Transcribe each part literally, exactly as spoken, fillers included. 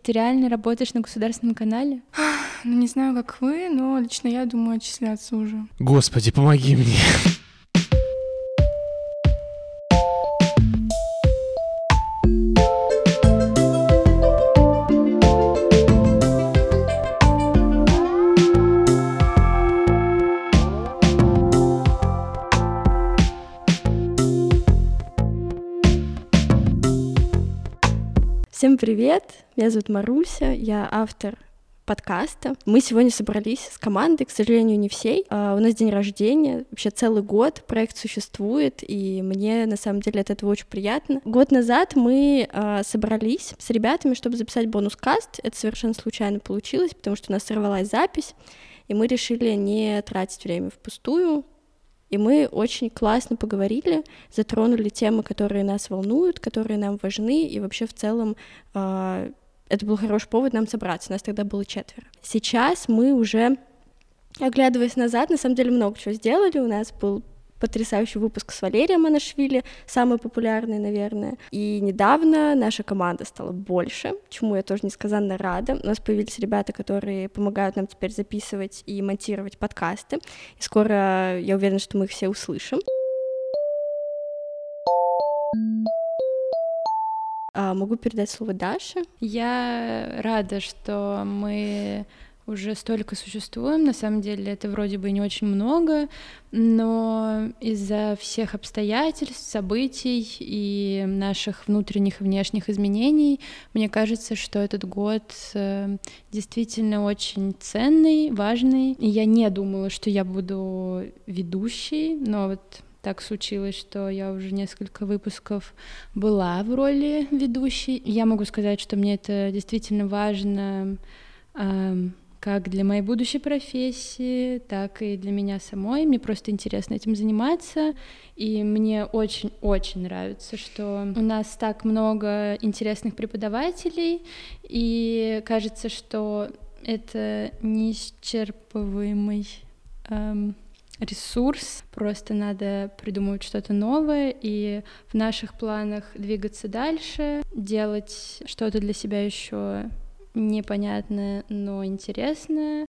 Ты реально работаешь на государственном канале? Ну, не знаю, как вы, но лично я думаю отчисляться уже. Господи, помоги мне. Всем привет! Меня зовут Маруся, я автор подкаста. Мы сегодня собрались с командой, к сожалению, не всей. Uh, у нас день рождения, вообще целый год проект существует, и мне на самом деле от этого очень приятно. Год назад мы uh, собрались с ребятами, чтобы записать бонус-каст. Это совершенно случайно получилось, потому что у нас сорвалась запись, и мы решили не тратить время впустую. И мы очень классно поговорили, затронули темы, которые нас волнуют, которые нам важны, и вообще в целом э, это был хороший повод нам собраться, нас тогда было четверо. Сейчас мы уже, оглядываясь назад, на самом деле много чего сделали, у нас был потрясающий выпуск с Валерием Анашвили, самый популярный, наверное. И недавно наша команда стала больше, чему я тоже несказанно рада. У нас появились ребята, которые помогают нам теперь записывать и монтировать подкасты. И скоро, я уверена, что мы их все услышим. А, могу передать слово Даше. Я рада, что мы уже столько существуем. На самом деле это вроде бы не очень много, но из-за всех обстоятельств, событий и наших внутренних и внешних изменений, мне кажется, что этот год действительно очень ценный, важный. И я не думала, что я буду ведущей, но вот так случилось, что я уже несколько выпусков была в роли ведущей. Я могу сказать, что мне это действительно важно, как для моей будущей профессии, так и для меня самой. Мне просто интересно этим заниматься, и мне очень-очень нравится, что у нас так много интересных преподавателей, и кажется, что это неисчерпываемый эм, ресурс, просто надо придумывать что-то новое, и в наших планах двигаться дальше, делать что-то для себя еще непонятное, но интересное.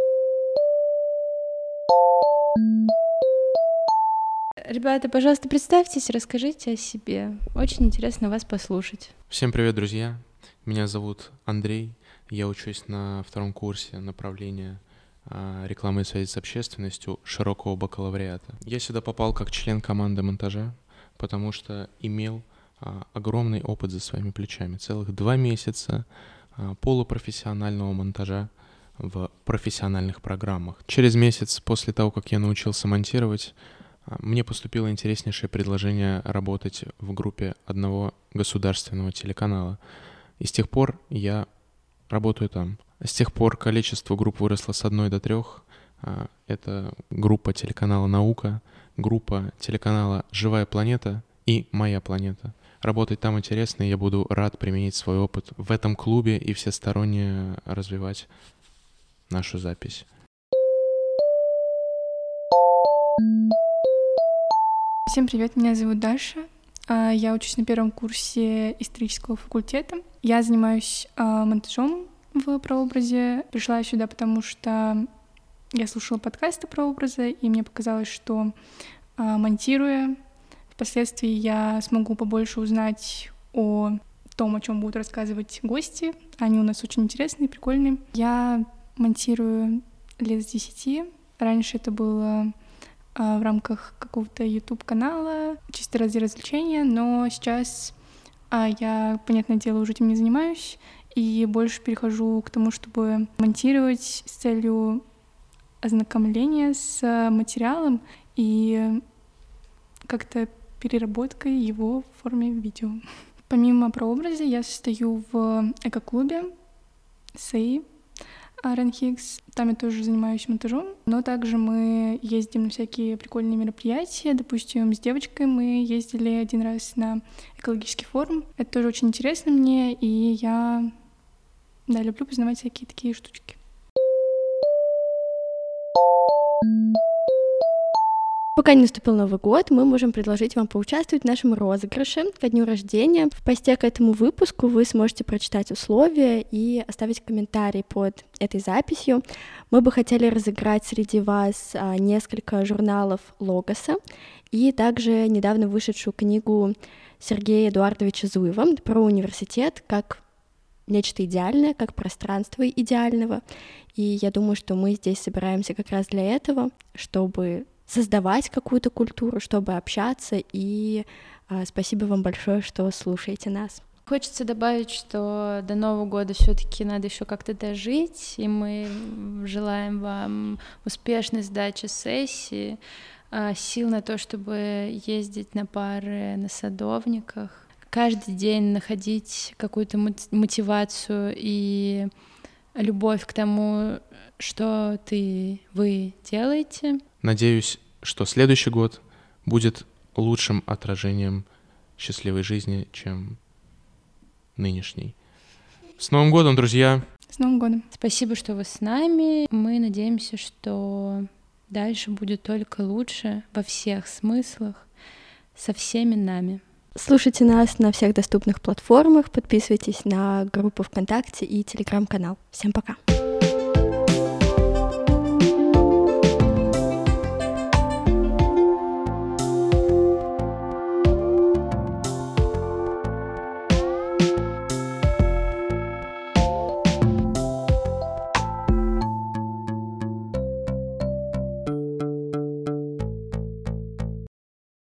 Ребята, пожалуйста, представьтесь, расскажите о себе. Очень интересно вас послушать. Всем привет, друзья. Меня зовут Андрей. Я учусь на втором курсе направления рекламы и связи с общественностью широкого бакалавриата. Я сюда попал как член команды монтажа, потому что имел огромный опыт за своими плечами. Целых два месяца полупрофессионального монтажа в профессиональных программах. Через месяц после того, как я научился монтировать, мне поступило интереснейшее предложение работать в группе одного государственного телеканала. И с тех пор я работаю там. С тех пор количество групп выросло с одной до трех. Это группа телеканала «Наука», группа телеканала «Живая планета» и «Моя планета». Работать там интересно, и я буду рад применить свой опыт в этом клубе и всесторонне развивать нашу запись. Всем привет, меня зовут Даша. Я учусь на первом курсе исторического факультета. Я занимаюсь монтажом в прообразе. Пришла я сюда, потому что я слушала подкасты прообраза, и мне показалось, что монтируя, впоследствии я смогу побольше узнать о том, о чем будут рассказывать гости. Они у нас очень интересные, прикольные. Я монтирую лет с десяти. Раньше это было а, в рамках какого-то YouTube-канала, чисто ради развлечения, но сейчас а, я, понятное дело, уже этим не занимаюсь и больше перехожу к тому, чтобы монтировать с целью ознакомления с материалом и как-то переработкой его в форме видео. Помимо прообраза я состою в эко-клубе СЭИ Ренхикс. Там я тоже занимаюсь монтажом, но также мы ездим на всякие прикольные мероприятия. Допустим, с девочкой мы ездили один раз на экологический форум. Это тоже очень интересно мне, и я, да, люблю познавать всякие такие штучки. Пока не наступил Новый год, мы можем предложить вам поучаствовать в нашем розыгрыше ко дню рождения. В посте к этому выпуску вы сможете прочитать условия и оставить комментарий под этой записью. Мы бы хотели разыграть среди вас несколько журналов Логоса и также недавно вышедшую книгу Сергея Эдуардовича Зуева про университет как нечто идеальное, как пространство идеального. И я думаю, что мы здесь собираемся как раз для этого, чтобы создавать какую-то культуру, чтобы общаться, и а, спасибо вам большое, что слушаете нас. Хочется добавить, что до Нового года все-таки надо еще как-то дожить, и мы желаем вам успешной сдачи сессии, сил на то, чтобы ездить на пары на садовниках, каждый день находить какую-то мотивацию и любовь к тому, что ты, вы делаете. Надеюсь, что следующий год будет лучшим отражением счастливой жизни, чем нынешний. С Новым годом, друзья! С Новым годом! Спасибо, что вы с нами. Мы надеемся, что дальше будет только лучше во всех смыслах, со всеми нами. Слушайте нас на всех доступных платформах, подписывайтесь на группу ВКонтакте и Телеграм-канал. Всем пока!